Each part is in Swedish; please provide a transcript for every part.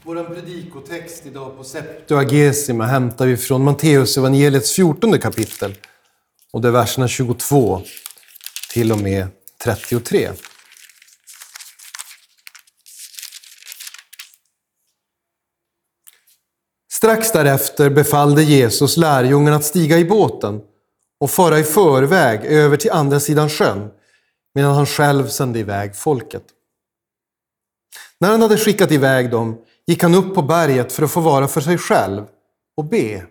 Vår predikotext idag på Septuagesima hämtar vi från Matteus evangeliets 14 kapitel. Och det är verserna 22 till och med 33. Strax därefter befallde Jesus lärjungarna att stiga i båten och fara i förväg över till andra sidan sjön, medan han själv sände iväg folket. När han hade skickat iväg dem gick han upp på berget för att få vara för sig själv och be.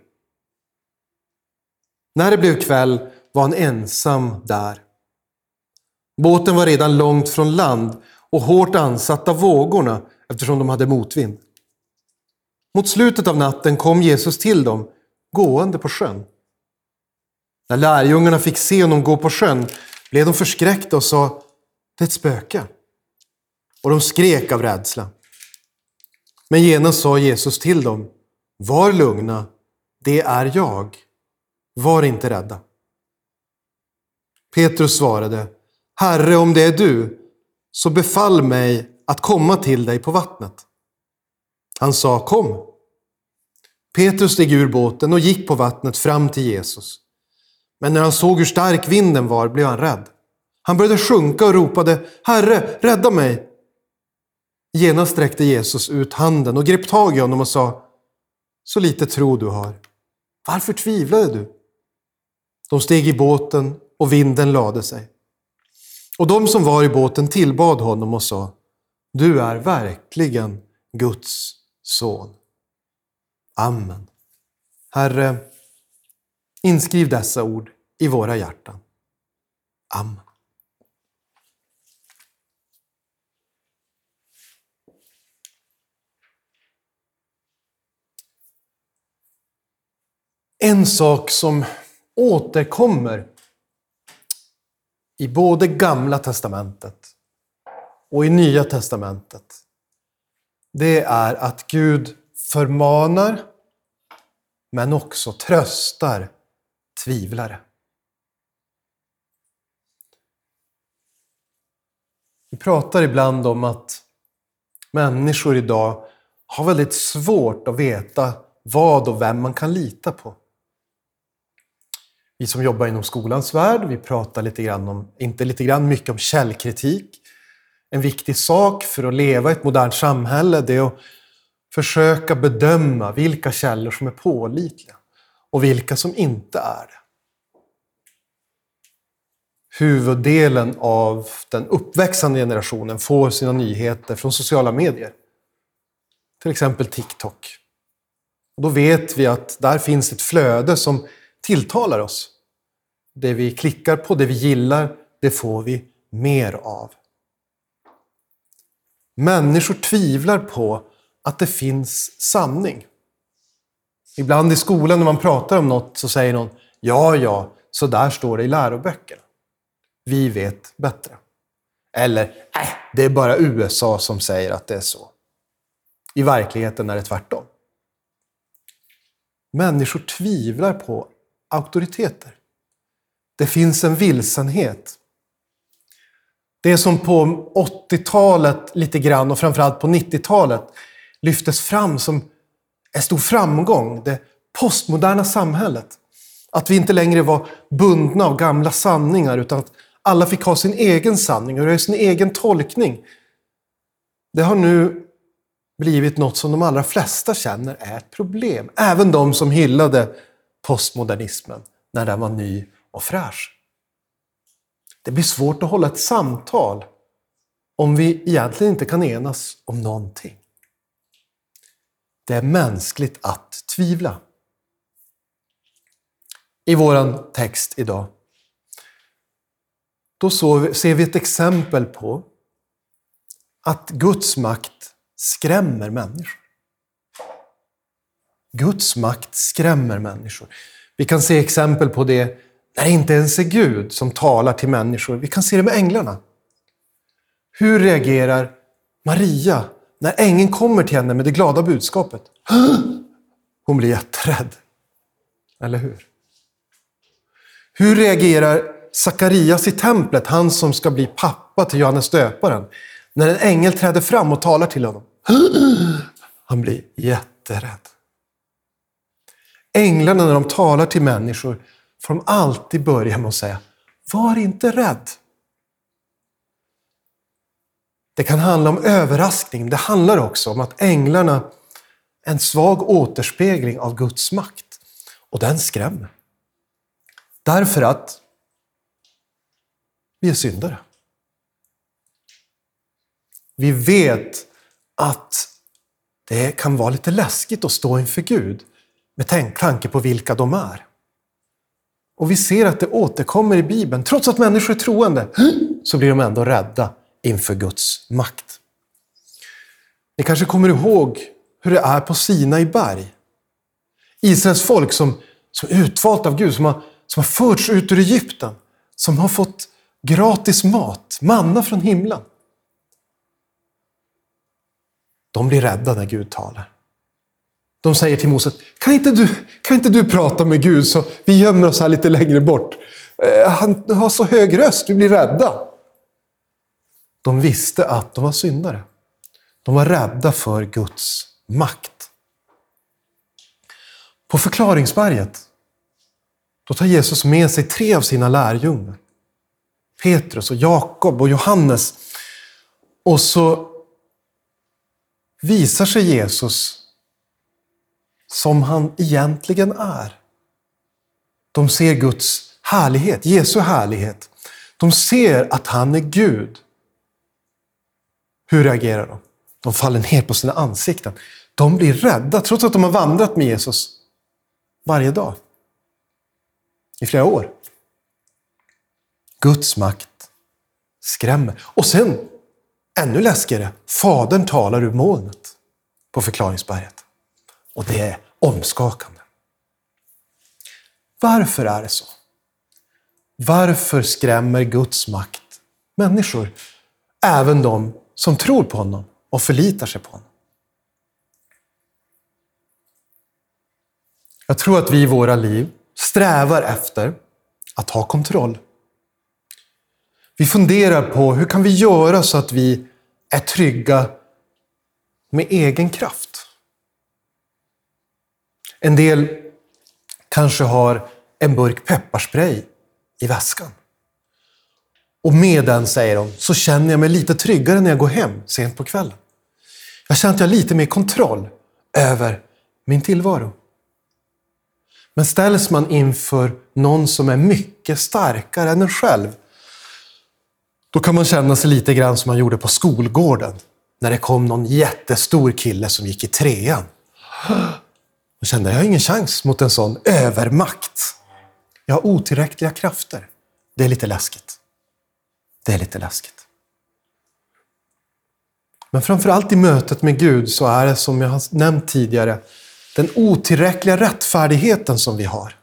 När det blev kväll var han ensam där. Båten var redan långt från land och hårt ansatt av vågorna eftersom de hade motvind. Mot slutet av natten kom Jesus till dem, gående på sjön. När lärjungarna fick se honom gå på sjön blev de förskräckta och sa: "Det är ett spöke." Och de skrek av rädsla. Men genast sa Jesus till dem: "Var lugna, det är jag. Var inte rädda." Petrus svarade: "Herre, om det är du, så befall mig att komma till dig på vattnet." Han sa: "Kom." Petrus steg ur båten och gick på vattnet fram till Jesus. Men när han såg hur stark vinden var blev han rädd. Han började sjunka och ropade: "Herre, rädda mig!" Genast sträckte Jesus ut handen och grep tag i honom och sa: "Så lite tro du har. Varför tvivlade du?" De steg i båten och vinden lade sig. Och de som var i båten tillbad honom och sa: "Du är verkligen Guds son." Amen. Herre, inskriv dessa ord i våra hjärtan. Amen. En sak som återkommer i både Gamla testamentet och i Nya testamentet, det är att Gud förmanar men också tröstar tvivlare. Vi pratar ibland om att människor idag har väldigt svårt att veta vad och vem man kan lita på. Vi som jobbar inom skolans värld, vi pratar mycket om källkritik. En viktig sak för att leva i ett modernt samhälle, det är att försöka bedöma vilka källor som är pålitliga och vilka som inte är det. Huvuddelen av den uppväxande generationen får sina nyheter från sociala medier. Till exempel TikTok. Och då vet vi att där finns ett flöde som tilltalar oss. Det vi klickar på, det vi gillar, det får vi mer av. Människor tvivlar på att det finns sanning. Ibland i skolan när man pratar om något så säger någon: ja, så där står det i läroböckerna. Vi vet bättre. Eller, det är bara USA som säger att det är så. I verkligheten är det tvärtom. Människor tvivlar på auktoriteter. Det finns en vilsenhet. Det som på 80-talet lite grann och framförallt på 90-talet lyftes fram som en stor framgång, det postmoderna samhället. Att vi inte längre var bundna av gamla sanningar utan att alla fick ha sin egen sanning och sin egen tolkning. Det har nu blivit något som de allra flesta känner är ett problem. Även de som hyllade postmodernismen när den var ny och fräsch. Det blir svårt att hålla ett samtal om vi egentligen inte kan enas om någonting. Det är mänskligt att tvivla. I våran text idag, då ser vi ett exempel på att Guds makt skrämmer människor. Guds makt skrämmer människor. Vi kan se exempel på det när det inte ens är Gud som talar till människor. Vi kan se det med änglarna. Hur reagerar Maria när ängeln kommer till henne med det glada budskapet? Hon blir jätterädd. Eller hur? Hur reagerar Sakarias i templet, han som ska bli pappa till Johannes döparen, när en ängel träder fram och talar till honom? Han blir jätterädd. Änglarna när de talar till människor får de alltid börja med att säga: var inte rädd. Det kan handla om överraskning. Det handlar också om att änglarna är en svag återspegling av Guds makt. Och den skrämmer. Därför att vi är syndare. Vi vet att det kan vara lite läskigt att stå inför Gud med tanke på vilka de är. Och vi ser att det återkommer i Bibeln. Trots att människor är troende så blir de ändå rädda inför Guds makt. Ni kanske kommer ihåg hur det är på Sinai berg. Israels folk som är utvalt av Gud, som har förts ut ur Egypten. Som har fått gratis mat, manna från himlen. De blir rädda när Gud talar. De säger till Moses: kan inte du prata med Gud så vi gömmer oss här lite längre bort. Han har så hög röst, vi blir rädda. De visste att de var syndare. De var rädda för Guds makt. På förklaringsberget då tar Jesus med sig 3 av sina lärjungar. Petrus och Jakob och Johannes. Och så visar sig Jesus som han egentligen är. De ser Guds härlighet, Jesu härlighet. De ser att han är Gud. Hur reagerar de? De faller ner på sina ansikten. De blir rädda trots att de har vandrat med Jesus varje dag. I flera år. Guds makt skrämmer. Och sen, ännu läskigare, Fadern talar ur molnet på förklaringsberget. Och det är omskakande. Varför är det så? Varför skrämmer Guds makt människor? Även de som tror på honom och förlitar sig på honom. Jag tror att vi i våra liv strävar efter att ha kontroll. Vi funderar på hur kan vi göra så att vi är trygga med egen kraft. En del kanske har en burk pepparspray i väskan. Och med den, säger de, så känner jag mig lite tryggare när jag går hem sent på kvällen. Jag känner att jag har lite mer kontroll över min tillvaro. Men ställs man inför någon som är mycket starkare än en själv, då kan man känna sig lite grann som man gjorde på skolgården. När det kom någon jättestor kille som gick i 3:an. Då kände jag har ingen chans mot en sån övermakt. Jag har otillräckliga krafter. Det är lite läskigt. Det är lite läskigt. Men framförallt i mötet med Gud så är det, som jag har nämnt tidigare, den otillräckliga rättfärdigheten som vi har.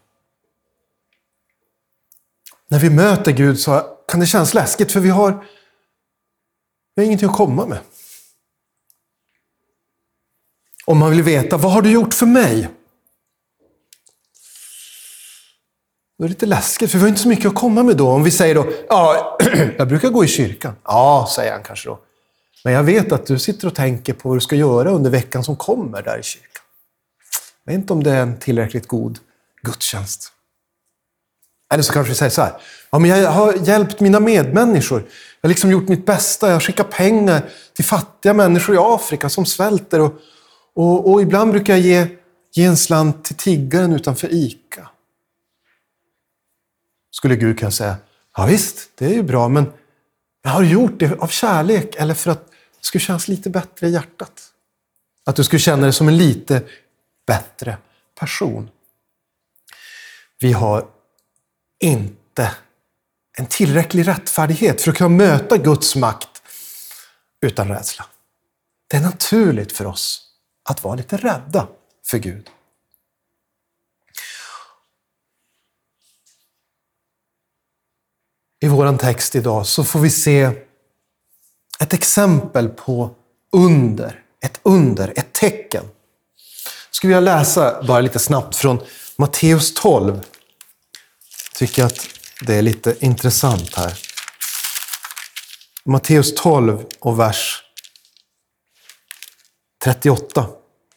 När vi möter Gud så kan det kännas läskigt för vi har ingenting att komma med. Om man vill veta, vad har du gjort för mig? Då är det lite läskigt för vi har inte så mycket att komma med då. Om vi säger då, ja, jag brukar gå i kyrkan. Ja, säger han kanske då. Men jag vet att du sitter och tänker på vad du ska göra under veckan som kommer där i kyrkan. Jag vet inte om det är en tillräckligt god gudstjänst. Eller så kanske vi säger så här. Ja, men jag har hjälpt mina medmänniskor. Jag har liksom gjort mitt bästa. Jag skickar pengar till fattiga människor i Afrika som svälter. Och ibland brukar jag ge en slant till tiggaren utanför Ica. Skulle Gud kunna säga, ja visst, det är ju bra. Men jag har gjort det av kärlek eller för att det skulle kännas lite bättre i hjärtat. Att du skulle känna dig som en lite bättre person. Vi har inte en tillräcklig rättfärdighet för att kunna möta Guds makt utan rädsla. Det är naturligt för oss att vara lite rädda för Gud. I våran text idag så får vi se ett exempel på under. Ett tecken. Ska vi läsa bara lite snabbt från Matteus 12. Tycker att det är lite intressant här. Matteus 12 och vers 38.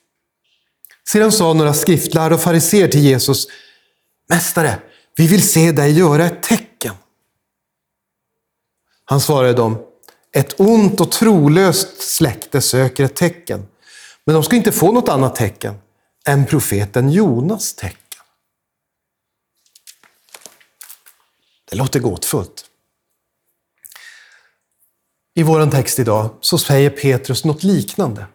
Sedan sa några skriftlärda och fariseer till Jesus: Mästare, vi vill se dig göra ett tecken. Han svarade dem: Ett ont och trolöst släkte söker ett tecken, men de ska inte få något annat tecken än profeten Jonas tecken. Det låter gåtfullt. I vår text idag så säger Petrus något liknande.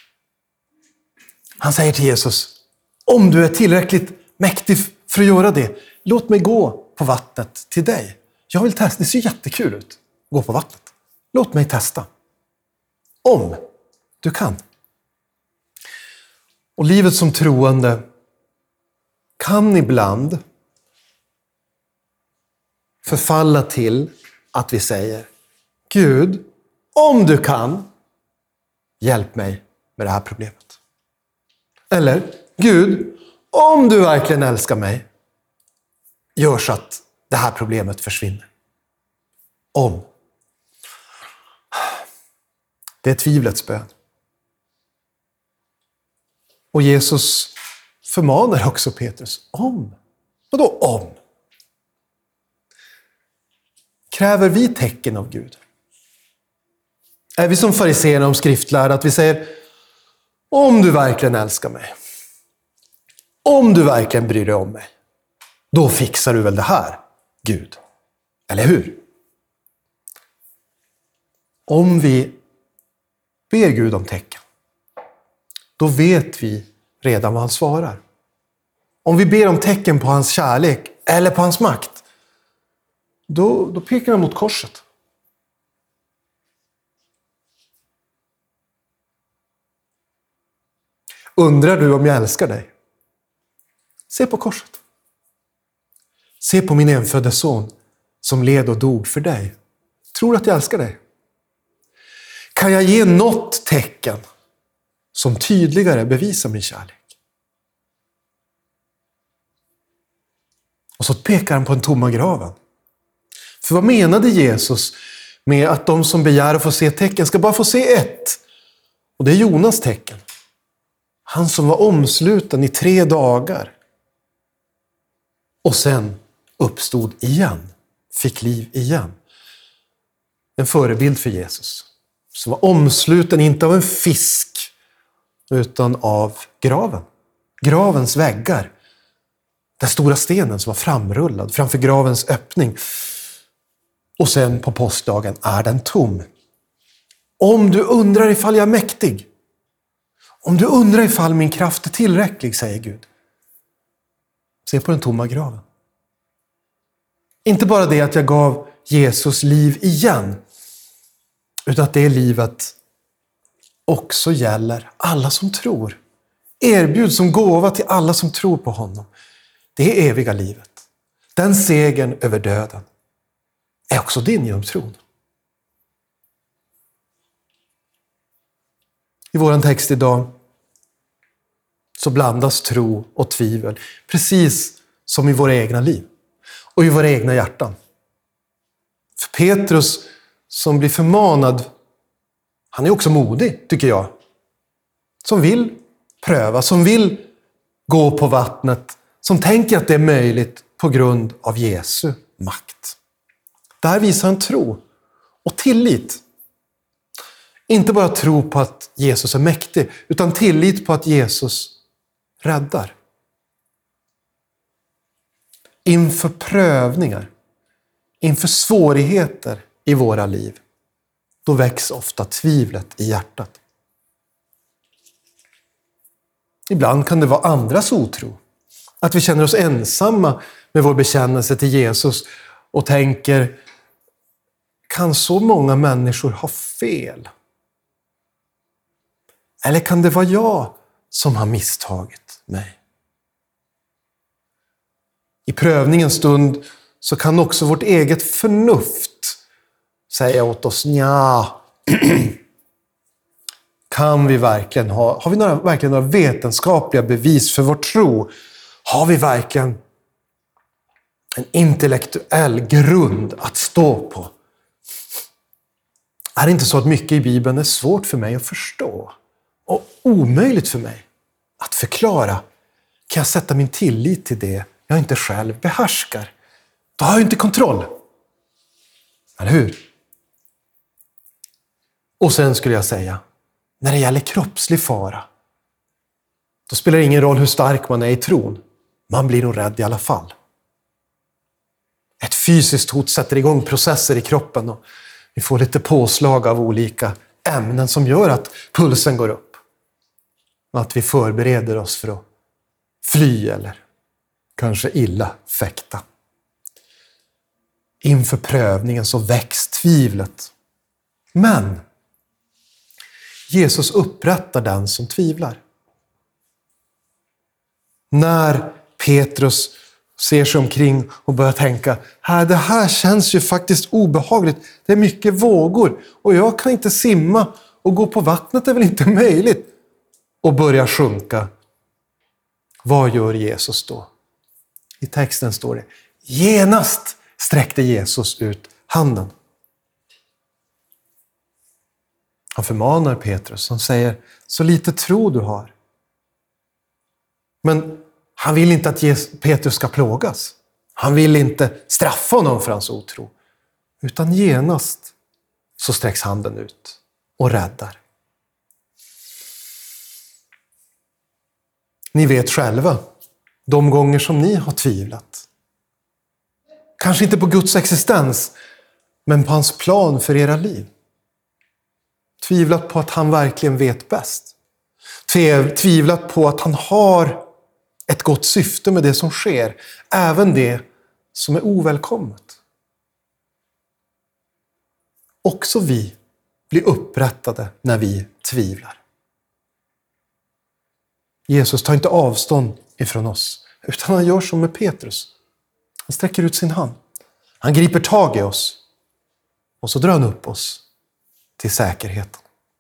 Han säger till Jesus: Om du är tillräckligt mäktig för att göra det, låt mig gå på vattnet till dig. Jag vill testa, det ser jättekul ut att gå på vattnet. Låt mig testa. Om du kan. Och livet som troende kan ibland förfalla till att vi säger: Gud, om du kan, hjälp mig med det här problemet. Eller: Gud, om du verkligen älskar mig, gör så att det här problemet försvinner. Om. Det är tvivlets bön. Och Jesus förmanar också Petrus: om. Vadå om? Kräver vi tecken av Gud? Är vi som fariseerna och skriftlärda, att vi säger: om du verkligen älskar mig, om du verkligen bryr dig om mig, då fixar du väl det här, Gud? Eller hur? Om vi ber Gud om tecken, då vet vi redan vad han svarar. Om vi ber om tecken på hans kärlek eller på hans makt, då pekar han mot korset. Undrar du om jag älskar dig? Se på korset. Se på min enfödde son som led och dog för dig. Tror att jag älskar dig? Kan jag ge något tecken som tydligare bevisar min kärlek? Och så pekar han på den tomma graven. För vad menade Jesus med att de som begär att få se tecken ska bara få se ett? Och det är Jonas tecken. Han som var omsluten i 3 dagar. Och sen uppstod igen. Fick liv igen. En förebild för Jesus. Som var omsluten inte av en fisk, utan av graven. Gravens väggar. Den stora stenen som var framrullad framför gravens öppning. Och sen på påskdagen är den tom. Om du undrar ifall jag är mäktig. Om du undrar ifall min kraft är tillräcklig, säger Gud. Se på den tomma graven. Inte bara det att jag gav Jesus liv igen, utan att det livet också gäller alla som tror. Erbjud som gåva till alla som tror på honom. Det är eviga livet. Den segern över döden är också din genom tron. I vår text idag så blandas tro och tvivel, precis som i våra egna liv och i våra egna hjärtan. För Petrus som blir förmanad, han är också modig, tycker jag. Som vill pröva, som vill gå på vattnet, som tänker att det är möjligt på grund av Jesu makt. Där visar han tro och tillit. Inte bara tro på att Jesus är mäktig, utan tillit på att Jesus räddar. Inför prövningar, inför svårigheter i våra liv, då väcks ofta tvivlet i hjärtat. Ibland kan det vara andras otro. Att vi känner oss ensamma med vår bekännelse till Jesus och tänker: kan så många människor ha fel? Eller kan det vara jag som har misstagit mig? I prövningens stund så kan också vårt eget förnuft säga åt oss: nja, kan vi verkligen har vi verkligen några vetenskapliga bevis för vår tro? Har vi verkligen en intellektuell grund att stå på? Är det inte så att mycket i Bibeln är svårt för mig att förstå och omöjligt för mig att förklara? Kan jag sätta min tillit till det jag inte själv behärskar? Då har jag inte kontroll. Eller hur? Och sen skulle jag säga, när det gäller kroppslig fara, då spelar det ingen roll hur stark man är i tron. Man blir nog rädd i alla fall. Ett fysiskt hot sätter igång processer i kroppen och vi får lite påslag av olika ämnen som gör att pulsen går upp. Och att vi förbereder oss för att fly eller kanske illa fäkta. Inför prövningen så väcks tvivlet. Men Jesus upprättar den som tvivlar. När Petrus ser sig omkring och börjar tänka, det här känns ju faktiskt obehagligt. Det är mycket vågor och jag kan inte simma och gå på vattnet är väl inte möjligt. Och börjar sjunka. Vad gör Jesus då? I texten står det, genast sträckte Jesus ut handen. Han förmanar Petrus. Han säger, så lite tro du har. Men han vill inte att Petrus ska plågas. Han vill inte straffa honom för hans otro. Utan genast så sträcks handen ut och räddar. Ni vet själva, de gånger som ni har tvivlat. Kanske inte på Guds existens, men på hans plan för era liv. Tvivlat på att han verkligen vet bäst. Tvivlat på att han har ett gott syfte med det som sker. Även det som är ovälkommet. Också vi blir upprättade när vi tvivlar. Jesus tar inte avstånd ifrån oss. Utan han gör som med Petrus. Han sträcker ut sin hand. Han griper tag i oss. Och så drar han upp oss till säkerheten.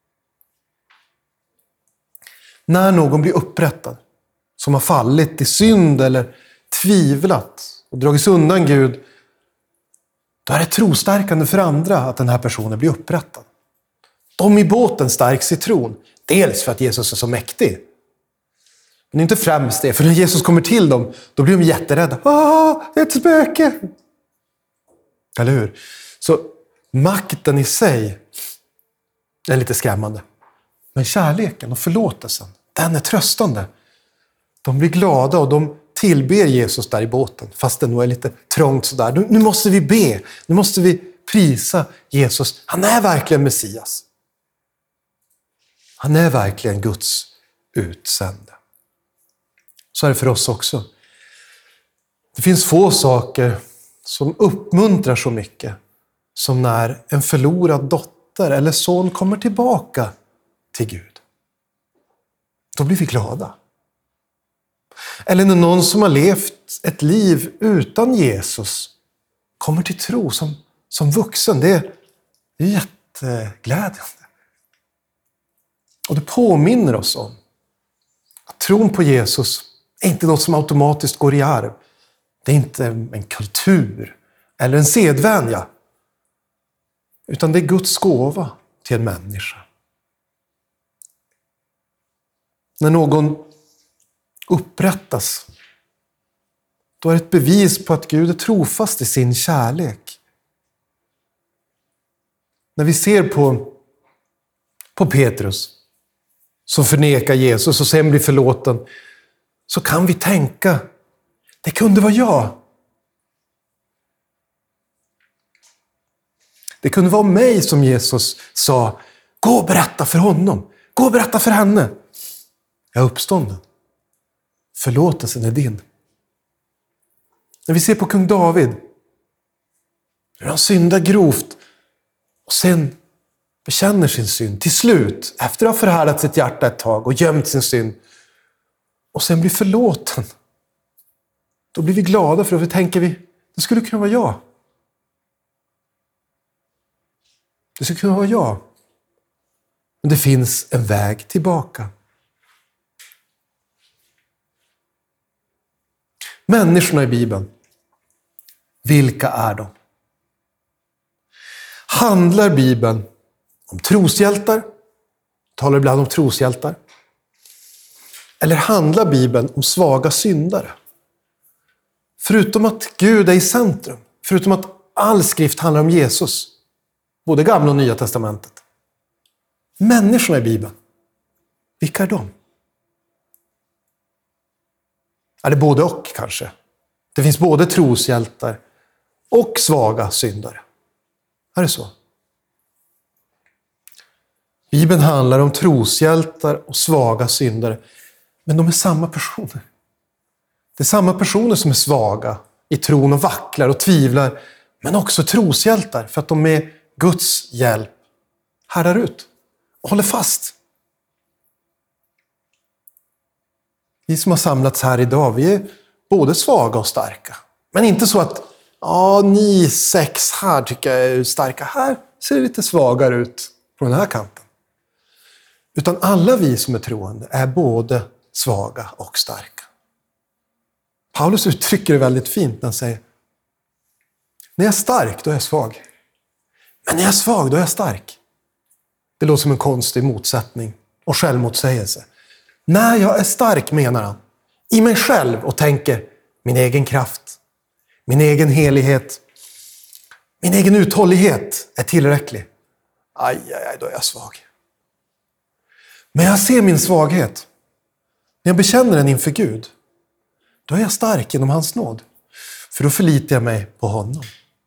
När någon blir upprättad, som har fallit i synd eller tvivlat och dragits undan Gud, då är det trostärkande för andra att den här personen blir upprättad. De i båten stärks i tron, dels för att Jesus är så mäktig. Men inte främst det, för när Jesus kommer till dem, då blir de jätterädda. Det är ett spöke! Eller hur? Så makten i sig är lite skrämmande. Men kärleken och förlåtelsen, den är tröstande. De blir glada och de tillber Jesus där i båten. Fast det nog är lite trångt sådär. Nu måste vi be. Nu måste vi prisa Jesus. Han är verkligen Messias. Han är verkligen Guds utsände. Så är det för oss också. Det finns få saker som uppmuntrar så mycket som när en förlorad dotter eller son kommer tillbaka till Gud. Då blir vi glada. Eller när någon som har levt ett liv utan Jesus kommer till tro som vuxen. Det är jätteglädjande. Och det påminner oss om att tron på Jesus är inte något som automatiskt går i arv. Det är inte en kultur eller en sedvänja. Utan det är Guds gåva till en människa. När någon upprättas, då är det ett bevis på att Gud är trofast i sin kärlek. När vi ser på Petrus som förnekar Jesus och sen blir förlåten, så kan vi tänka, det kunde vara jag. Det kunde vara mig som Jesus sa, gå och berätta för honom. Gå och berätta för henne. Jag är uppstånden. Förlåtelsen är din. När vi ser på kung David, hur han syndar grovt och sen bekänner sin synd till slut, efter att ha förhärdat sitt hjärta ett tag och gömt sin synd, och sen blir förlåten. Då blir vi glada, för då tänker vi, det skulle kunna vara jag. Det skulle kunna vara jag. Men det finns en väg tillbaka. Människorna i Bibeln, vilka är de? Handlar Bibeln om troshjältar? Talar ibland om troshjältar? Eller handlar Bibeln om svaga syndare? Förutom att Gud är i centrum, förutom att all skrift handlar om Jesus, både Gamla och Nya testamentet. Människorna i Bibeln, vilka är de? Är det både och kanske? Det finns både troshjältar och svaga syndare. Är det så? Bibeln handlar om troshjältar och svaga syndare. Men de är samma personer. Det är samma personer som är svaga i tron och vacklar och tvivlar. Men också troshjältar för att de med Guds hjälp härdar ut och håller fast. Vi som har samlats här idag, vi är både svaga och starka. Men inte så att ni 6 här tycker jag är starka. Här ser det lite svagare ut på den här kanten. Utan alla vi som är troende är både svaga och starka. Paulus uttrycker det väldigt fint när han säger: när jag är stark, då är jag svag. Men när jag är svag, då är jag stark. Det låter som en konstig motsättning och självmotsägelse. När jag är stark, menar han, i mig själv och tänker min egen kraft, min egen helighet, min egen uthållighet är tillräcklig. Aj, då är jag svag. Men jag ser min svaghet. När jag bekänner den inför Gud, då är jag stark genom hans nåd. För då förlitar jag mig på honom.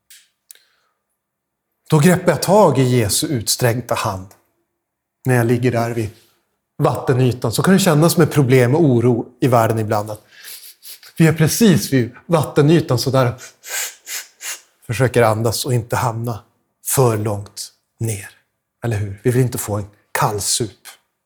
Då greppar jag tag i Jesu utsträckta hand. När jag ligger där vid vattenytan så kan det kännas med problem och oro i världen ibland. Att vi är precis vid vattenytan så där försöker andas och inte hamna för långt ner. Eller hur? Vi vill inte få en kallsup.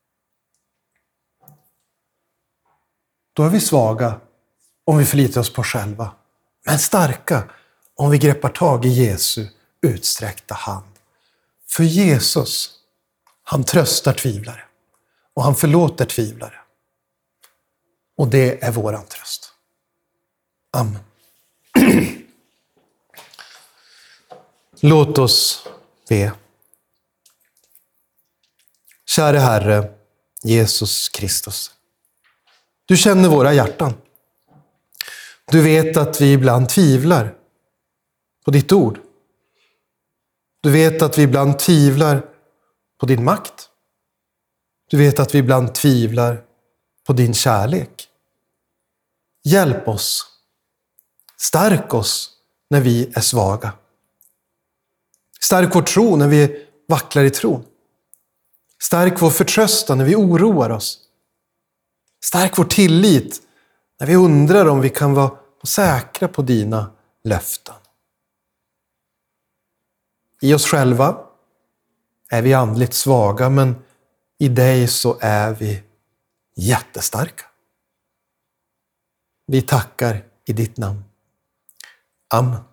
Då är vi svaga om vi förlitar oss på oss själva. Men starka om vi greppar tag i Jesu utsträckta hand. För Jesus, han tröstar tvivlare. Och han förlåter tvivlare. Och det är våran tröst. Amen. Låt oss be. Käre Herre, Jesus Kristus. Du känner våra hjärtan. Du vet att vi ibland tvivlar på ditt ord. Du vet att vi ibland tvivlar på din makt. Du vet att vi ibland tvivlar på din kärlek. Hjälp oss. Stärk oss när vi är svaga. Stärk vår tro när vi vacklar i tron. Stärk vår förtröstan när vi oroar oss. Stärk vår tillit när vi undrar om vi kan vara säkra på dina löften. I oss själva är vi andligt svaga, men i dig så är vi jättestarka. Vi tackar i ditt namn. Amen.